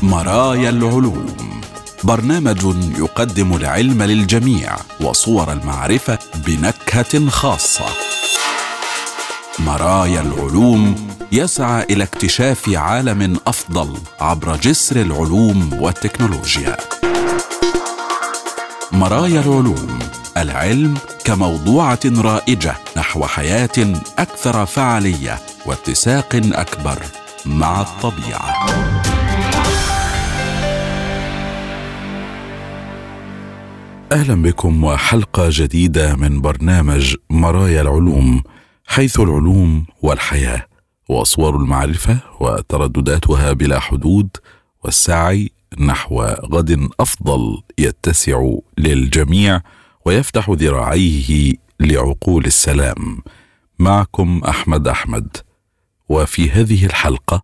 مرايا العلوم، برنامج يقدم العلم للجميع وصور المعرفة بنكهة خاصة. مرايا العلوم يسعى إلى اكتشاف عالم أفضل عبر جسر العلوم والتكنولوجيا. مرايا العلوم، العلم كموضوعة رائجة نحو حياة أكثر فعالية واتساق أكبر مع الطبيعة. أهلا بكم وحلقة جديدة من برنامج مرايا العلوم، حيث العلوم والحياة وصور المعرفة وتردداتها بلا حدود، والسعي نحو غد أفضل يتسع للجميع ويفتح ذراعيه لعقول السلام. معكم أحمد، وفي هذه الحلقة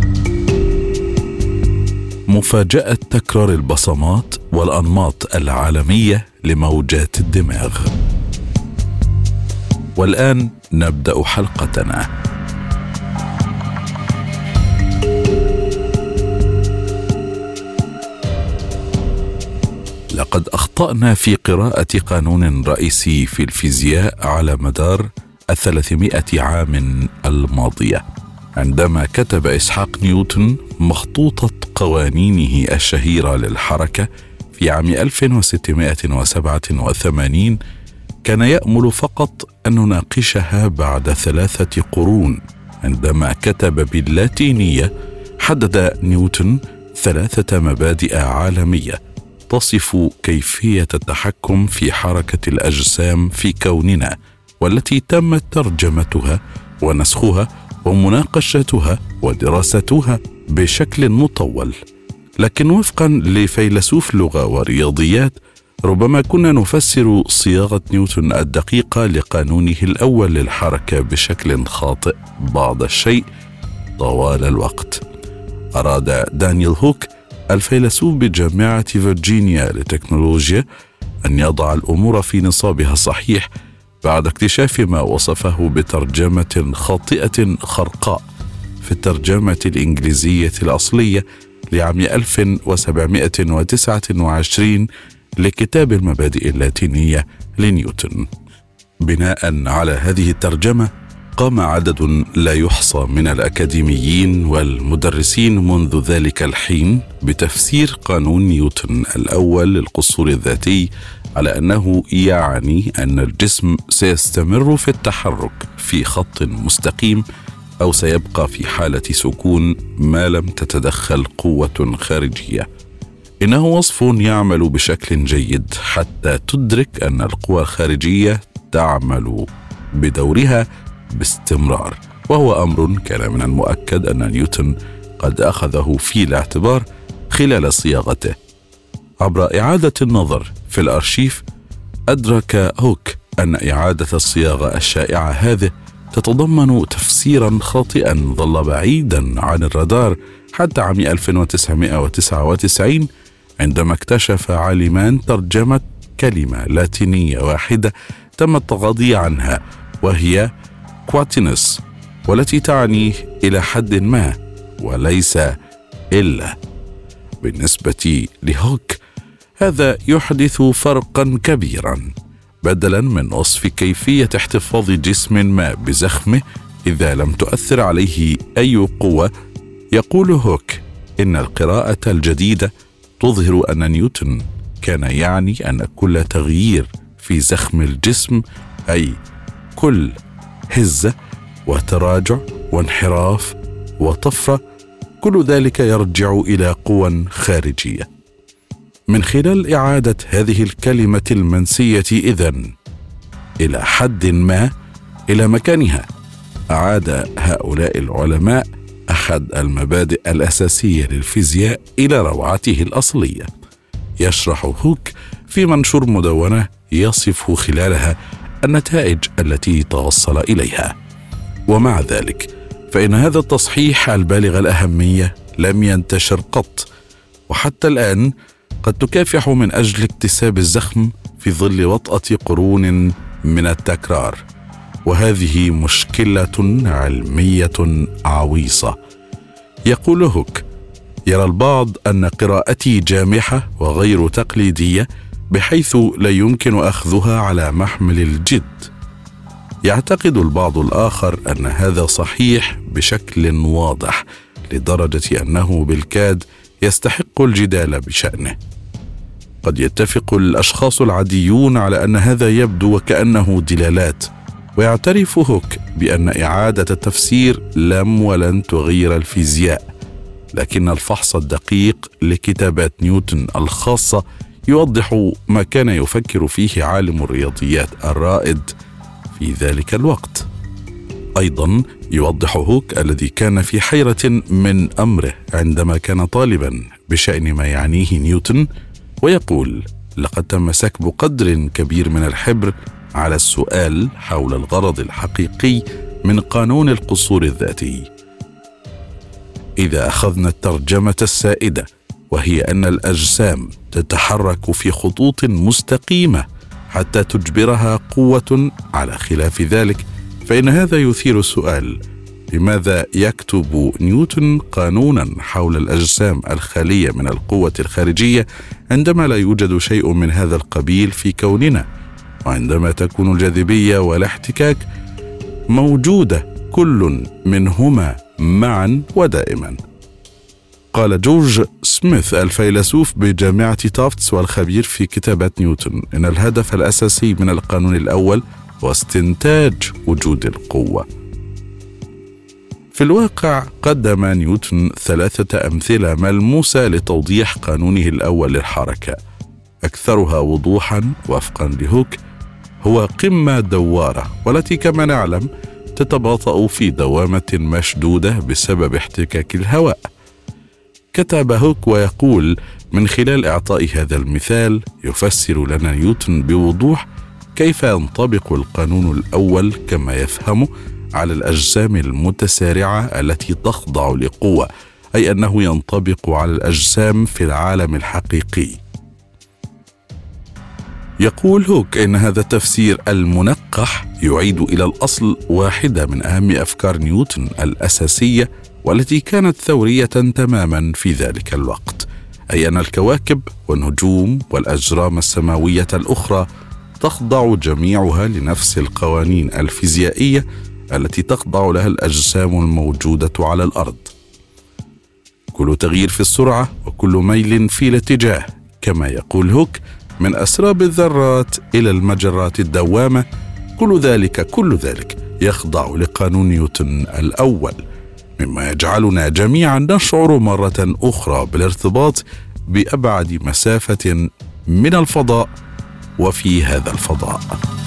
مفاجأة تكرار البصمات والأنماط العالمية لموجات الدماغ. والآن نبدأ حلقتنا. لقد أخطأنا في قراءة قانون رئيسي في الفيزياء على مدار 300 عام الماضية، عندما كتب إسحاق نيوتن مخطوطة قوانينه الشهيرة للحركة في عام 1687. كان يأمل فقط أن نناقشها بعد 3 قرون. عندما كتب باللاتينية، حدد نيوتن 3 مبادئ عالمية تصف كيفية التحكم في حركة الأجسام في كوننا، والتي تمت ترجمتها ونسخها ومناقشتها ودراستها بشكل مطول. لكن وفقا لفيلسوف لغة ورياضيات، ربما كنا نفسر صياغة نيوتن الدقيقة لقانونه الأول للحركة بشكل خاطئ بعض الشيء طوال الوقت. أراد دانيال هوك الفيلسوف بجامعة فيرجينيا للتكنولوجيا أن يضع الأمور في نصابها الصحيح بعد اكتشاف ما وصفه بترجمة خاطئة خرقاء في الترجمة الإنجليزية الأصلية لعام 1729 لكتاب المبادئ اللاتينية لنيوتن. بناء على هذه الترجمة، قام عدد لا يحصى من الأكاديميين والمدرسين منذ ذلك الحين بتفسير قانون نيوتن الأول للقصور الذاتي على أنه يعني أن الجسم سيستمر في التحرك في خط مستقيم أو سيبقى في حالة سكون ما لم تتدخل قوة خارجية. إنه وصف يعمل بشكل جيد حتى تدرك أن القوى الخارجية تعمل بدورها باستمرار، وهو أمر كان من المؤكد أن نيوتن قد أخذه في الاعتبار خلال صياغته. عبر إعادة النظر في الأرشيف، أدرك هوك أن إعادة الصياغة الشائعة هذه تتضمن تفسيرا خاطئا ظل بعيدا عن الرادار حتى عام 1999، عندما اكتشف عالمان ترجمة كلمة لاتينية واحدة تم التغاضي عنها، وهي كواتينس، والتي تعني إلى حد ما وليس إلا. بالنسبة لهوك، هذا يحدث فرقا كبيرا. بدلا من وصف كيفية احتفاظ جسم ما بزخمه إذا لم تؤثر عليه أي قوة، يقول هوك إن القراءة الجديدة تظهر أن نيوتن كان يعني أن كل تغيير في زخم الجسم، أي كل هزة وتراجع وانحراف وطفرة، كل ذلك يرجع إلى قوى خارجية. من خلال إعادة هذه الكلمة المنسية إذن إلى حد ما إلى مكانها، أعاد هؤلاء العلماء أحد المبادئ الأساسية للفيزياء إلى روعته الأصلية. يشرح هوك في منشور مدونة يصف خلالها النتائج التي توصل إليها. ومع ذلك فإن هذا التصحيح البالغ الأهمية لم ينتشر قط، وحتى الآن قد تكافح من أجل اكتساب الزخم في ظل وطأة قرون من التكرار. وهذه مشكلة علمية عويصة. يقول هوك: يرى البعض أن قراءتي جامحة وغير تقليدية بحيث لا يمكن أخذها على محمل الجد. يعتقد البعض الآخر أن هذا صحيح بشكل واضح، لدرجة أنه بالكاد يستحق الجدال بشأنه. قد يتفق الأشخاص العاديون على أن هذا يبدو وكأنه دلالات، ويعترف هوك بأن إعادة التفسير لم ولن تغير الفيزياء، لكن الفحص الدقيق لكتابات نيوتن الخاصة يوضح ما كان يفكر فيه عالم الرياضيات الرائد في ذلك الوقت. أيضا يوضح هوك الذي كان في حيرة من أمره عندما كان طالبا بشأن ما يعنيه نيوتن، ويقول: لقد تم سكب قدر كبير من الحبر على السؤال حول الغرض الحقيقي من قانون القصور الذاتي. إذا أخذنا الترجمة السائدة، وهي أن الأجسام تتحرك في خطوط مستقيمة حتى تجبرها قوة على خلاف ذلك، فإن هذا يثير السؤال: لماذا يكتب نيوتن قانونا حول الأجسام الخالية من القوة الخارجية عندما لا يوجد شيء من هذا القبيل في كوننا، وعندما تكون الجاذبية والاحتكاك موجودة كل منهما معا ودائما؟ قال جورج سميث الفيلسوف بجامعة تافتس والخبير في كتابات نيوتن إن الهدف الأساسي من القانون الأول هو استنتاج وجود القوة. في الواقع قدم نيوتن 3 أمثلة ملموسة لتوضيح قانونه الأول للحركة، أكثرها وضوحا وفقا لهوك هو قمة دوارة، والتي كما نعلم تتباطأ في دوامة مشدودة بسبب احتكاك الهواء. كتب هوك ويقول: من خلال إعطاء هذا المثال يفسر لنا نيوتن بوضوح كيف ينطبق القانون الأول كما يفهمه على الأجسام المتسارعة التي تخضع لقوة، أي أنه ينطبق على الأجسام في العالم الحقيقي. يقول هوك إن هذا التفسير المنقح يعيد إلى الأصل واحدة من أهم أفكار نيوتن الأساسية والتي كانت ثورية تماما في ذلك الوقت، أي أن الكواكب والنجوم والأجرام السماوية الأخرى تخضع جميعها لنفس القوانين الفيزيائية التي تخضع لها الأجسام الموجودة على الأرض. كل تغيير في السرعة وكل ميل في الاتجاه، كما يقول هوك، من أسراب الذرات إلى المجرات الدوامة، كل ذلك يخضع لقانون نيوتن الأول، مما يجعلنا جميعا نشعر مرة أخرى بالارتباط بأبعد مسافة من الفضاء وفي هذا الفضاء.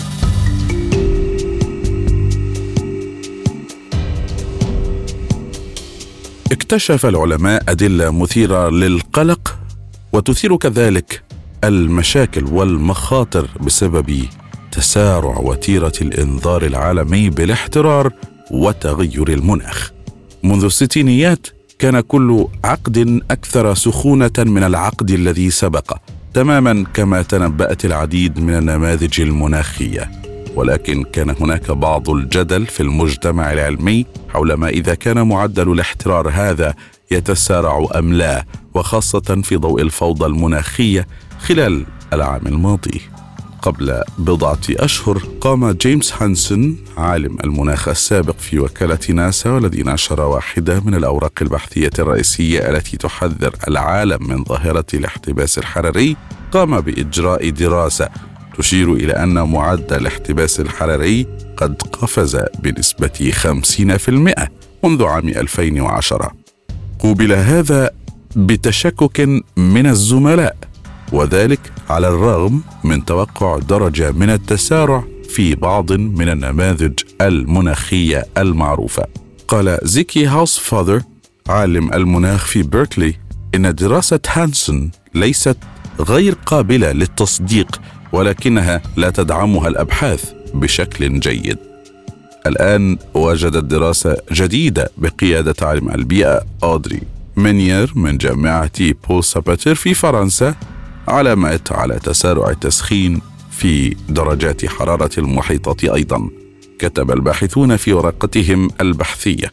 اكتشف العلماء أدلة مثيرة للقلق وتثير كذلك المشاكل والمخاطر بسبب تسارع وتيرة الإنذار العالمي بالاحترار وتغير المناخ. منذ الستينيات كان كل عقد أكثر سخونة من العقد الذي سبق، تماما كما تنبأت العديد من النماذج المناخية، ولكن كان هناك بعض الجدل في المجتمع العلمي حول ما إذا كان معدل الاحترار هذا يتسارع أم لا، وخاصة في ضوء الفوضى المناخية خلال العام الماضي. قبل بضعة أشهر قام جيمس هانسون عالم المناخ السابق في وكالة ناسا، والذي نشر واحدة من الأوراق البحثية الرئيسية التي تحذر العالم من ظاهرة الاحتباس الحراري، قام بإجراء دراسة تشير إلى أن معدل الاحتباس الحراري قد قفز بنسبة 50% منذ عام 2010. قوبل هذا بتشكك من الزملاء، وذلك على الرغم من توقع درجة من التسارع في بعض من النماذج المناخية المعروفة. قال زيكي هاوسفاذر عالم المناخ في بيركلي إن دراسة هانسون ليست غير قابلة للتصديق، ولكنها لا تدعمها الأبحاث بشكل جيد. الآن وجدت دراسة جديدة بقيادة عالم البيئة أودري مينير من جامعة بو ساباتير في فرنسا علامات على تسارع التسخين في درجات حرارة المحيطات أيضا. كتب الباحثون في ورقتهم البحثية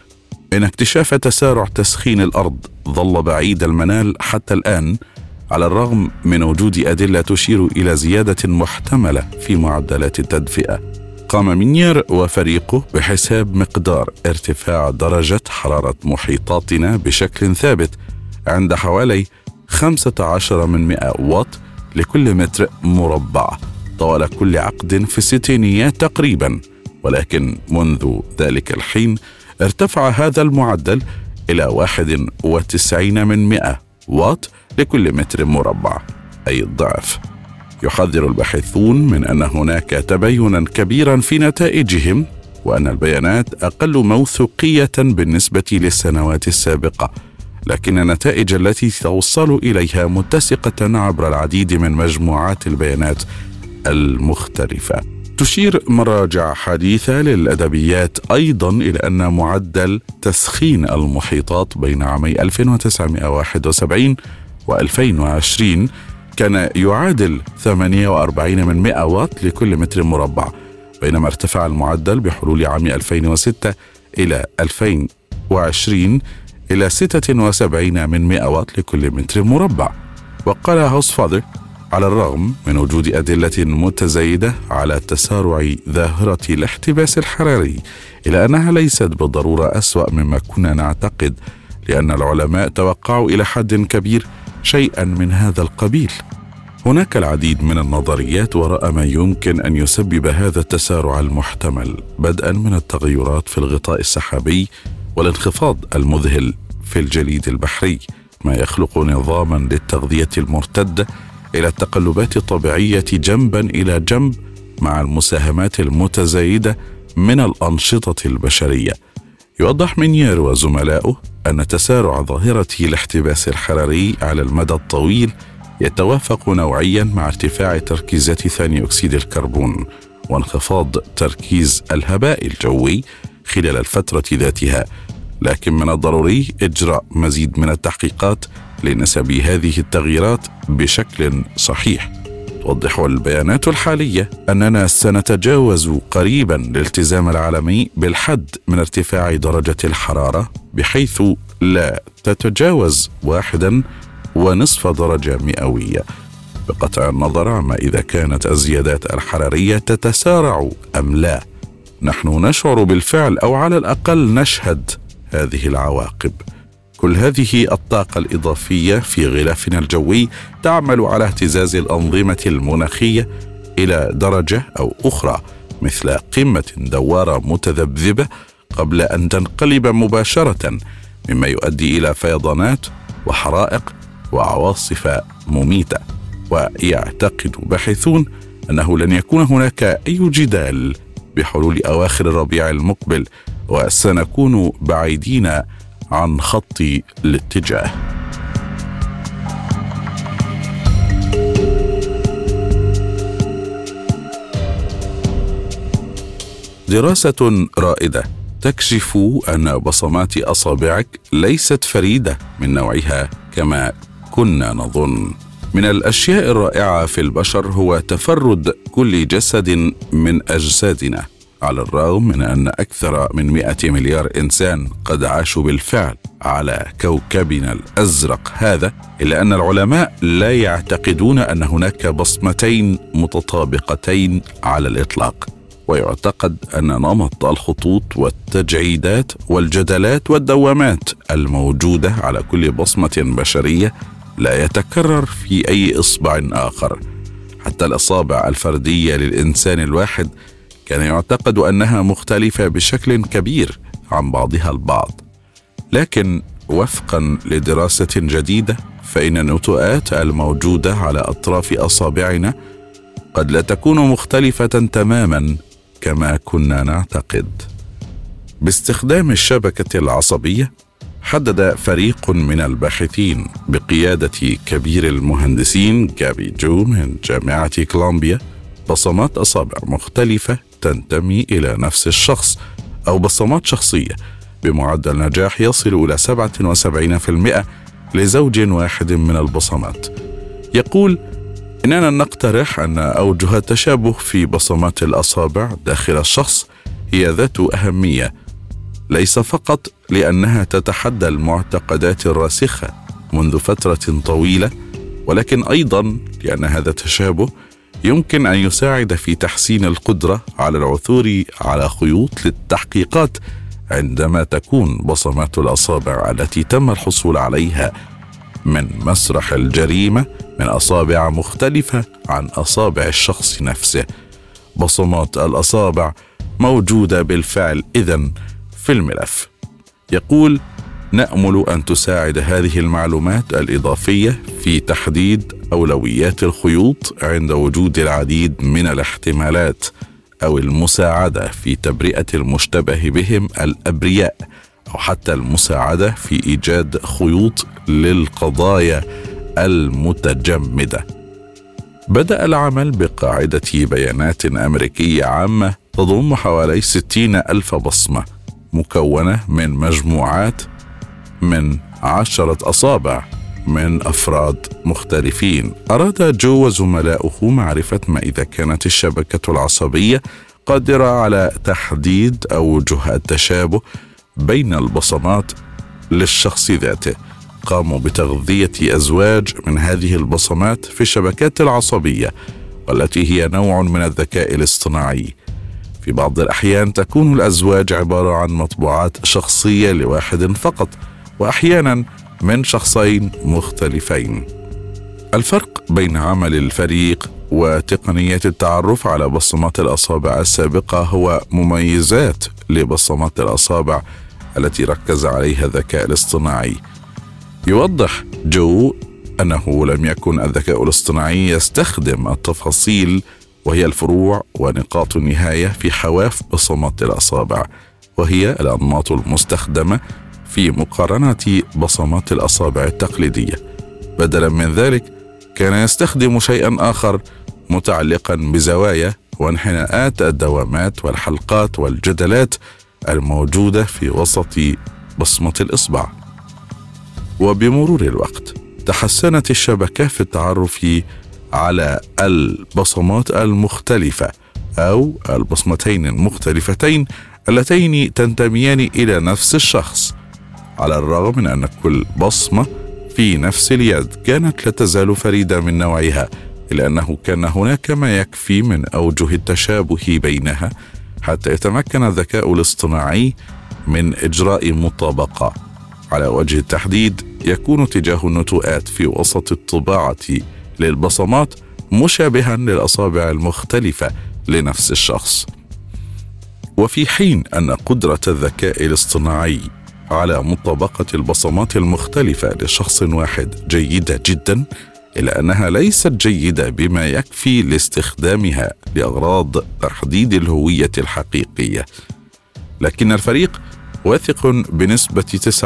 إن اكتشاف تسارع تسخين الأرض ظل بعيد المنال حتى الآن، على الرغم من وجود أدلة تشير إلى زيادة محتملة في معدلات التدفئة. قام مينير وفريقه بحساب مقدار ارتفاع درجة حرارة محيطاتنا بشكل ثابت عند حوالي 15 واط لكل متر مربع طوال كل عقد في الستينيات تقريبا، ولكن منذ ذلك الحين ارتفع هذا المعدل إلى 91 واط لكل متر مربع، أي الضعف. يحذر الباحثون من أن هناك تباينا كبيرا في نتائجهم، وأن البيانات أقل موثوقية بالنسبة للسنوات السابقة، لكن النتائج التي توصلوا إليها متسقة عبر العديد من مجموعات البيانات المختلفة. تشير مراجع حديثة للأدبيات أيضا إلى أن معدل تسخين المحيطات بين عامي 1971 و2020 كان يعادل 48 واط لكل متر مربع، بينما ارتفع المعدل بحلول عام 2006 إلى 2020 إلى 76 واط لكل متر مربع. وقال هوسفاذر: على الرغم من وجود أدلة متزايدة على تسارع ظاهرة الاحتباس الحراري، إلا أنها ليست بالضرورة أسوأ مما كنا نعتقد، لأن العلماء توقعوا إلى حد كبير شيئا من هذا القبيل. هناك العديد من النظريات وراء ما يمكن أن يسبب هذا التسارع المحتمل، بدءا من التغيرات في الغطاء السحابي والانخفاض المذهل في الجليد البحري، ما يخلق نظاما للتغذية المرتدة إلى التقلبات الطبيعية جنبا إلى جنب مع المساهمات المتزايدة من الأنشطة البشرية. يوضح مينير وزملاؤه أن تسارع ظاهرة الاحتباس الحراري على المدى الطويل يتوافق نوعيا مع ارتفاع تركيزات ثاني أكسيد الكربون وانخفاض تركيز الهباء الجوي خلال الفترة ذاتها، لكن من الضروري إجراء مزيد من التحقيقات لنسب هذه التغييرات بشكل صحيح. توضح البيانات الحالية أننا سنتجاوز قريبا الالتزام العالمي بالحد من ارتفاع درجة الحرارة، بحيث لا تتجاوز 1.5 درجة مئوية، بقطع النظر عما إذا كانت الزيادات الحرارية تتسارع أم لا. نحن نشعر بالفعل، أو على الأقل نشهد هذه العواقب. كل هذه الطاقة الإضافية في غلافنا الجوي تعمل على اهتزاز الأنظمة المناخية إلى درجة أو أخرى، مثل قمة دوارة متذبذبة قبل أن تنقلب مباشرة، مما يؤدي إلى فيضانات وحرائق وعواصف مميتة. ويعتقد باحثون أنه لن يكون هناك أي جدال بحلول أواخر الربيع المقبل، وسنكون بعيدين عن خط الاتجاه. دراسة رائدة تكشف أن بصمات أصابعك ليست فريدة من نوعها كما كنا نظن. من الأشياء الرائعة في البشر هو تفرد كل جسد من أجسادنا، على الرغم من أن أكثر من 100 مليار إنسان قد عاشوا بالفعل على كوكبنا الأزرق هذا، إلا أن العلماء لا يعتقدون أن هناك بصمتين متطابقتين على الإطلاق. ويعتقد أن نمط الخطوط والتجعيدات والجدلات والدوامات الموجودة على كل بصمة بشرية لا يتكرر في أي إصبع آخر. حتى الأصابع الفردية للإنسان الواحد كان يعتقد أنها مختلفة بشكل كبير عن بعضها البعض، لكن وفقا لدراسة جديدة فإن النتوءات الموجودة على أطراف أصابعنا قد لا تكون مختلفة تماما كما كنا نعتقد. باستخدام الشبكة العصبية حدد فريق من الباحثين بقيادة كبير المهندسين جابي جو من جامعة كولومبيا بصمات أصابع مختلفة تنتمي إلى نفس الشخص أو بصمات شخصية بمعدل نجاح يصل إلى 77% لزوج واحد من البصمات. يقول: إننا نقترح أن أوجه التشابه في بصمات الأصابع داخل الشخص هي ذات أهمية، ليس فقط لأنها تتحدى المعتقدات الراسخة منذ فترة طويلة، ولكن أيضا لأن هذا التشابه يمكن أن يساعد في تحسين القدرة على العثور على خيوط للتحقيقات عندما تكون بصمات الأصابع التي تم الحصول عليها من مسرح الجريمة من أصابع مختلفة عن أصابع الشخص نفسه. بصمات الأصابع موجودة بالفعل إذن في الملف. يقول: نأمل أن تساعد هذه المعلومات الإضافية في تحديد أولويات الخيوط عند وجود العديد من الاحتمالات، أو المساعدة في تبرئة المشتبه بهم الأبرياء، أو حتى المساعدة في إيجاد خيوط للقضايا المتجمدة. بدأ العمل بقاعدة بيانات أمريكية عامة تضم حوالي 60,000 بصمة، مكونة من مجموعات من 10 أصابع من أفراد مختلفين. أراد جو وزملاؤه معرفة ما إذا كانت الشبكة العصبية قادرة على تحديد أوجه التشابه بين البصمات للشخص ذاته. قاموا بتغذية أزواج من هذه البصمات في الشبكات العصبية، والتي هي نوع من الذكاء الاصطناعي. في بعض الأحيان تكون الأزواج عبارة عن مطبوعات شخصية لواحد فقط، وأحيانا من شخصين مختلفين. الفرق بين عمل الفريق وتقنية التعرف على بصمات الأصابع السابقة هو مميزات لبصمات الأصابع التي ركز عليها الذكاء الاصطناعي. يوضح جو أنه لم يكن الذكاء الاصطناعي يستخدم التفاصيل وهي الفروع ونقاط النهاية في حواف بصمات الأصابع، وهي الأنماط المستخدمة في مقارنة بصمات الأصابع التقليدية. بدلا من ذلك كان يستخدم شيئا آخر متعلقا بزوايا وانحناءات الدوامات والحلقات والجدلات الموجودة في وسط بصمة الإصبع. وبمرور الوقت تحسنت الشبكة في التعرف على البصمات المختلفة أو البصمتين المختلفتين اللتين تنتميان إلى نفس الشخص، على الرغم من أن كل بصمة في نفس اليد كانت لا تزال فريدة من نوعها، إلا أنه كان هناك ما يكفي من أوجه التشابه بينها حتى يتمكن الذكاء الاصطناعي من إجراء مطابقة. على وجه التحديد يكون اتجاه النتوءات في وسط الطباعة للبصمات مشابها للأصابع المختلفة لنفس الشخص. وفي حين أن قدرة الذكاء الاصطناعي على مطابقة البصمات المختلفة لشخص واحد جيدة جدا، إلا أنها ليست جيدة بما يكفي لاستخدامها لأغراض تحديد الهوية الحقيقية. لكن الفريق واثق بنسبة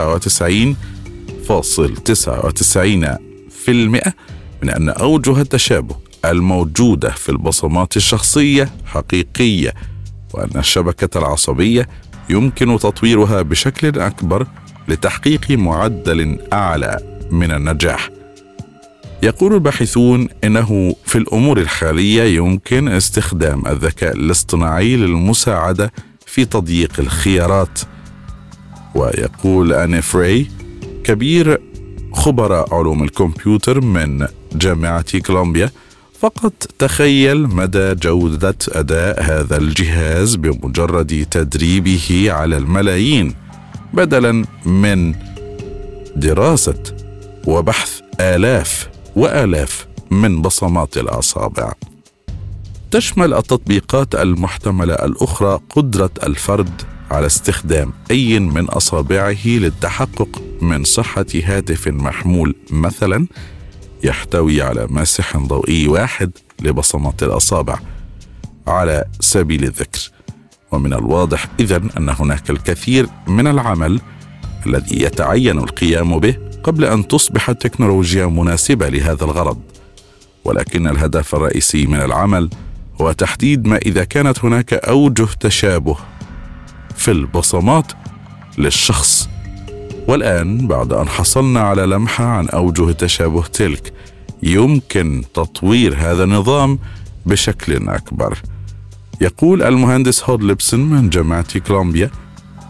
99.99% من أن أوجه التشابه الموجودة في البصمات الشخصية حقيقية، وأن الشبكة العصبية يمكن تطويرها بشكل أكبر لتحقيق معدل أعلى من النجاح. يقول الباحثون إنه في الأمور الحالية يمكن استخدام الذكاء الاصطناعي للمساعدة في تضييق الخيارات. ويقول أني فري كبير خبراء علوم الكمبيوتر من جامعة كولومبيا: فقط تخيل مدى جودة أداء هذا الجهاز بمجرد تدريبه على الملايين، بدلا من دراسة وبحث آلاف وآلاف من بصمات الأصابع. تشمل التطبيقات المحتملة الأخرى قدرة الفرد على استخدام أي من أصابعه للتحقق من صحة هاتف محمول مثلا يحتوي على ماسح ضوئي واحد لبصمات الأصابع على سبيل الذكر. ومن الواضح إذن أن هناك الكثير من العمل الذي يتعين القيام به قبل أن تصبح التكنولوجيا مناسبة لهذا الغرض، ولكن الهدف الرئيسي من العمل هو تحديد ما إذا كانت هناك أوجه تشابه في البصمات للشخص. والآن بعد أن حصلنا على لمحة عن أوجه التشابه تلك، يمكن تطوير هذا النظام بشكل أكبر. يقول المهندس هود ليبسون من جامعة كولومبيا: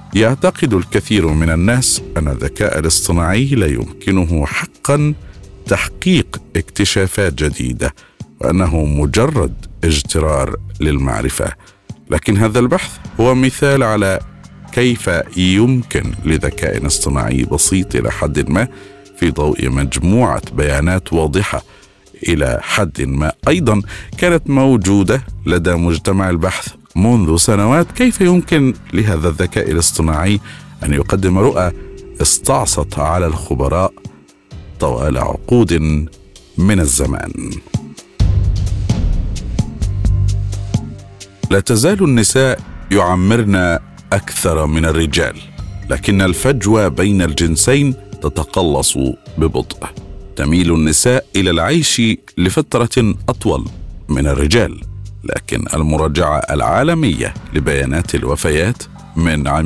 يعتقد الكثير من الناس أن الذكاء الاصطناعي لا يمكنه حقا تحقيق اكتشافات جديدة، وأنه مجرد اجترار للمعرفة. لكن هذا البحث هو مثال على كيف يمكن لذكاء اصطناعي بسيط إلى حد ما، في ضوء مجموعة بيانات واضحة إلى حد ما أيضا كانت موجودة لدى مجتمع البحث منذ سنوات، كيف يمكن لهذا الذكاء الاصطناعي أن يقدم رؤى استعصت على الخبراء طوال عقود من الزمان. لا تزال النساء يعمرن أكثر من الرجال، لكن الفجوة بين الجنسين تتقلص ببطء. تميل النساء إلى العيش لفترة أطول من الرجال، لكن المراجعة العالمية لبيانات الوفيات من عام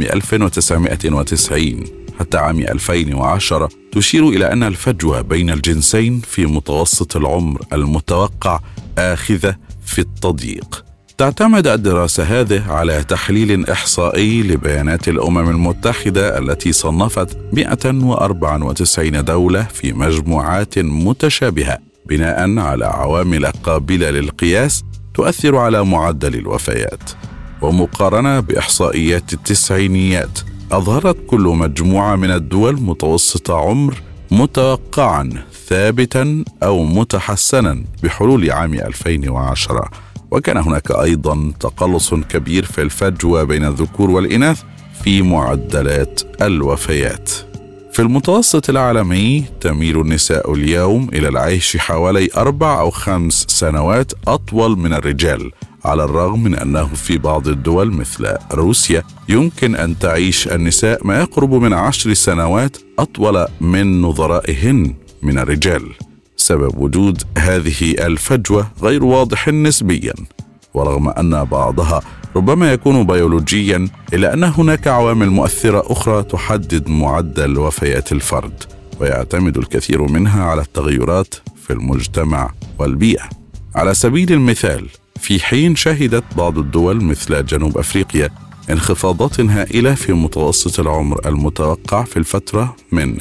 1990 حتى عام 2010 تشير إلى أن الفجوة بين الجنسين في متوسط العمر المتوقع آخذة في التضييق. تعتمد الدراسة هذه على تحليل إحصائي لبيانات الأمم المتحدة التي صنفت 194 دولة في مجموعات متشابهة بناء على عوامل قابلة للقياس تؤثر على معدل الوفيات. ومقارنة بإحصائيات التسعينيات أظهرت كل مجموعة من الدول متوسط عمر متوقعا ثابتا أو متحسنا بحلول عام 2010. وكان هناك أيضا تقلص كبير في الفجوة بين الذكور والإناث في معدلات الوفيات. في المتوسط العالمي تميل النساء اليوم إلى العيش حوالي 4 أو 5 سنوات أطول من الرجال، على الرغم من أنه في بعض الدول مثل روسيا يمكن أن تعيش النساء ما يقرب من 10 سنوات أطول من نظرائهن من الرجال. سبب وجود هذه الفجوة غير واضح نسبيا، ورغم أن بعضها ربما يكون بيولوجيا، إلا أن هناك عوامل مؤثرة أخرى تحدد معدل وفيات الفرد، ويعتمد الكثير منها على التغيرات في المجتمع والبيئة. على سبيل المثال، في حين شهدت بعض الدول مثل جنوب أفريقيا انخفاضات هائلة في متوسط العمر المتوقع في الفترة من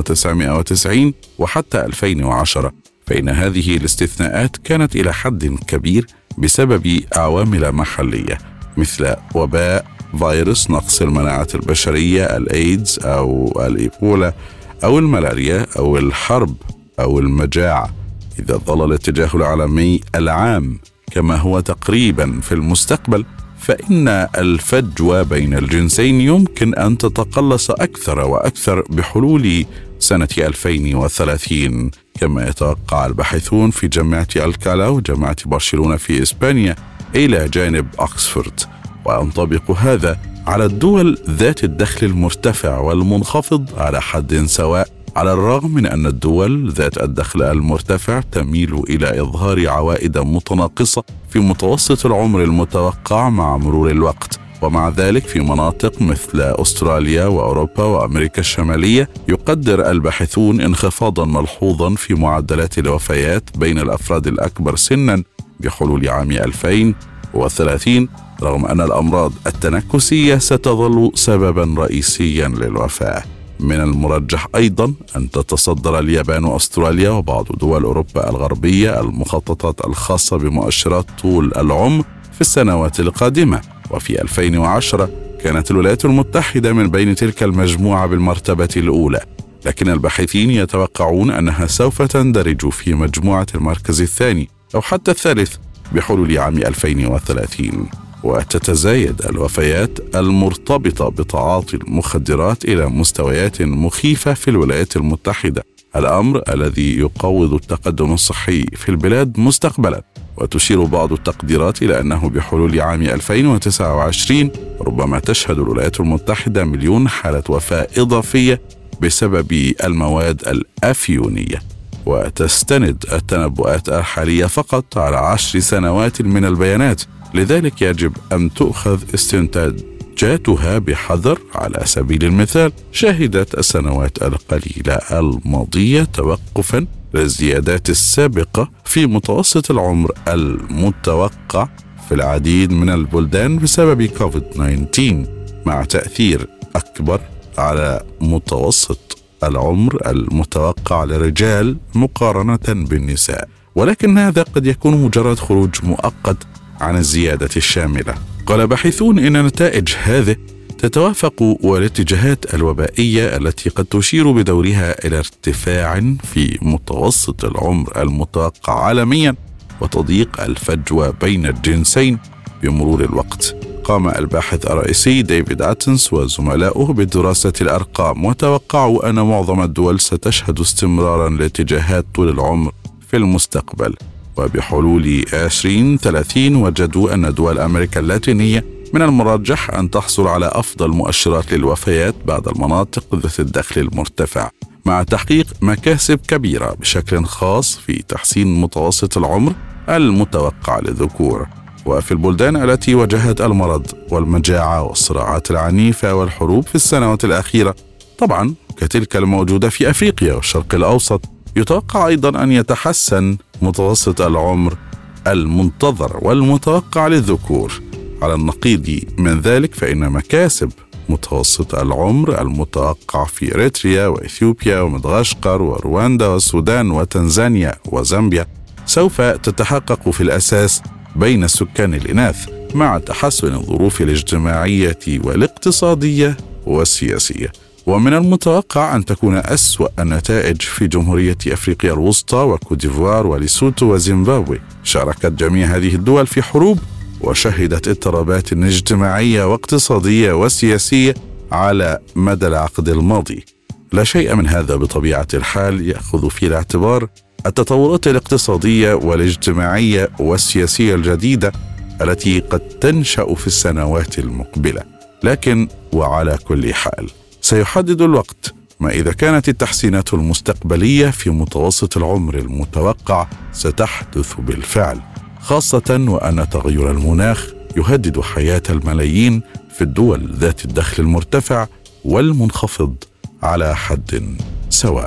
1990 وحتى 2010، فإن هذه الاستثناءات كانت إلى حد كبير بسبب عوامل محلية مثل وباء، فيروس نقص المناعة البشرية، الإيدز أو الإيبولا أو الملاريا أو الحرب أو المجاعة. إذا ظل الاتجاه العالمي العام كما هو تقريبا في المستقبل، فإن الفجوة بين الجنسين يمكن أن تتقلص أكثر وأكثر بحلول سنة 2030، كما يتوقع الباحثون في جامعة الكالا وجامعة برشلونة في إسبانيا إلى جانب أكسفورد. وينطبق هذا على الدول ذات الدخل المرتفع والمنخفض على حد سواء، على الرغم من أن الدول ذات الدخل المرتفع تميل إلى إظهار عوائد متناقصة في متوسط العمر المتوقع مع مرور الوقت. ومع ذلك في مناطق مثل أستراليا وأوروبا وأمريكا الشمالية يقدر الباحثون انخفاضا ملحوظا في معدلات الوفيات بين الأفراد الأكبر سنا بحلول عام 2030، رغم أن الأمراض التنكسية ستظل سببا رئيسيا للوفاة. من المرجح أيضا أن تتصدر اليابان وأستراليا وبعض دول أوروبا الغربية المخططات الخاصة بمؤشرات طول العمر في السنوات القادمة. وفي 2010 كانت الولايات المتحدة من بين تلك المجموعة بالمرتبة الأولى، لكن الباحثين يتوقعون أنها سوف تندرج في مجموعة المركز الثاني أو حتى الثالث بحلول عام 2030. وتتزايد الوفيات المرتبطة بتعاطي المخدرات إلى مستويات مخيفة في الولايات المتحدة، الأمر الذي يقوض التقدم الصحي في البلاد مستقبلا. وتشير بعض التقديرات إلى أنه بحلول عام 2029 ربما تشهد الولايات المتحدة 1,000,000 حالة وفاة إضافية بسبب المواد الأفيونية. وتستند التنبؤات الحالية فقط على 10 سنوات من البيانات، لذلك يجب أن تؤخذ استنتاجاتها بحذر. على سبيل المثال، شهدت السنوات القليلة الماضية توقفا للزيادات السابقة في متوسط العمر المتوقع في العديد من البلدان بسبب كوفيد-19، مع تأثير أكبر على متوسط العمر المتوقع للرجال مقارنة بالنساء، ولكن هذا قد يكون مجرد خروج مؤقت عن الزيادة الشاملة. قال باحثون إن نتائج هذه تتوافق والاتجاهات الوبائية التي قد تشير بدورها إلى ارتفاع في متوسط العمر المتوقع عالميا وتضييق الفجوة بين الجنسين بمرور الوقت. قام الباحث الرئيسي ديفيد أتنس وزملائه بدراسة الأرقام، وتوقعوا أن معظم الدول ستشهد استمرارا لاتجاهات طول العمر في المستقبل. وبحلول 2030 وجدوا أن دول أمريكا اللاتينية من المرجح أن تحصل على أفضل مؤشرات للوفيات بعد المناطق ذات الدخل المرتفع، مع تحقيق مكاسب كبيرة بشكل خاص في تحسين متوسط العمر المتوقع للذكور. وفي البلدان التي واجهت المرض والمجاعة والصراعات العنيفة والحروب في السنوات الأخيرة، طبعا كتلك الموجودة في أفريقيا والشرق الأوسط، يتوقع أيضا أن يتحسن متوسط العمر المنتظر والمتوقع للذكور. على النقيض من ذلك، فإن مكاسب متوسط العمر المتوقع في إريتريا وإثيوبيا ومدغشقر ورواندا والسودان وتنزانيا وزامبيا سوف تتحقق في الأساس بين السكان الإناث، مع تحسن الظروف الاجتماعية والاقتصادية والسياسية. ومن المتوقع أن تكون أسوأ النتائج في جمهورية أفريقيا الوسطى وكوديفوار وليسوتو وزيمبابوي. شاركت جميع هذه الدول في حروب وشهدت اضطرابات اجتماعية واقتصادية وسياسية على مدى العقد الماضي. لا شيء من هذا بطبيعة الحال يأخذ في الاعتبار التطورات الاقتصادية والاجتماعية والسياسية الجديدة التي قد تنشأ في السنوات المقبلة. لكن وعلى كل حال سيحدد الوقت ما إذا كانت التحسينات المستقبلية في متوسط العمر المتوقع ستحدث بالفعل، خاصة وأن تغير المناخ يهدد حياة الملايين في الدول ذات الدخل المرتفع والمنخفض على حد سواء.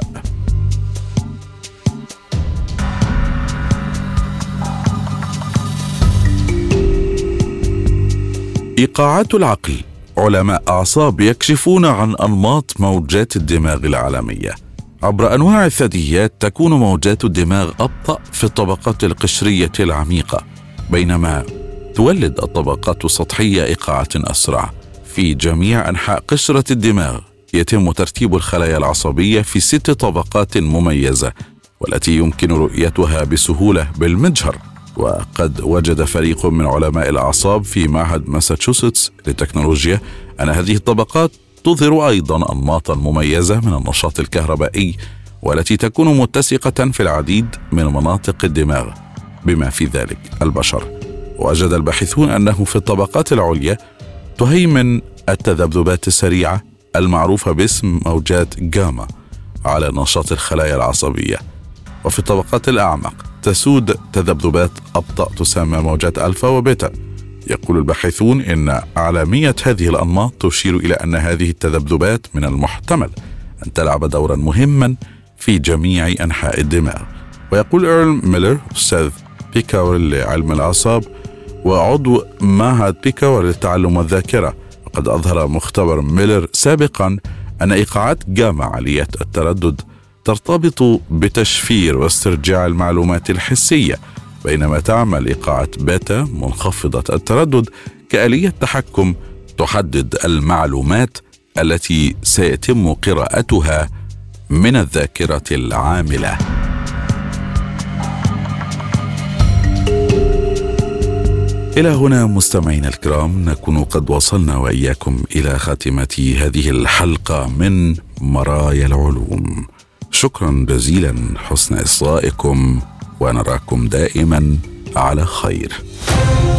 إيقاعات العقل. علماء أعصاب يكشفون عن أنماط موجات الدماغ العالمية. عبر أنواع الثدييات تكون موجات الدماغ أبطأ في الطبقات القشرية العميقة، بينما تولد الطبقات السطحية إيقاعات أسرع. في جميع أنحاء قشرة الدماغ يتم ترتيب الخلايا العصبية في 6 طبقات مميزة، والتي يمكن رؤيتها بسهولة بالمجهر. وقد وجد فريق من علماء الأعصاب في معهد ماساتشوستس للتكنولوجيا أن هذه الطبقات تظهر أيضا أنماطا مميزة من النشاط الكهربائي، والتي تكون متسقة في العديد من مناطق الدماغ بما في ذلك البشر. وجد الباحثون أنه في الطبقات العليا تهيمن التذبذبات السريعة المعروفة باسم موجات جاما على نشاط الخلايا العصبية، وفي الطبقات الأعمق تسود تذبذبات أبطأ تسمى موجات ألفا وبيتا. يقول الباحثون إن أعلامية هذه الأنماط تشير إلى أن هذه التذبذبات من المحتمل أن تلعب دورا مهما في جميع أنحاء الدماغ. ويقول إيرل ميلر أستاذ بيكاور لعلم الأعصاب وعضو معهد بيكاور للتعلم والذاكرة، وقد أظهر مختبر ميلر سابقا أن إيقاعات جاما عالية التردد ترتبط بتشفير واسترجاع المعلومات الحسية، بينما تعمل إيقاعات بيتا منخفضة التردد كآلية تحكم تحدد المعلومات التي سيتم قراءتها من الذاكرة العاملة. إلى هنا مستمعينا الكرام نكون قد وصلنا وإياكم إلى خاتمة هذه الحلقة من مرايا العلوم. شكرا جزيلا حسن إصغائكم، ونراكم دائما على خير.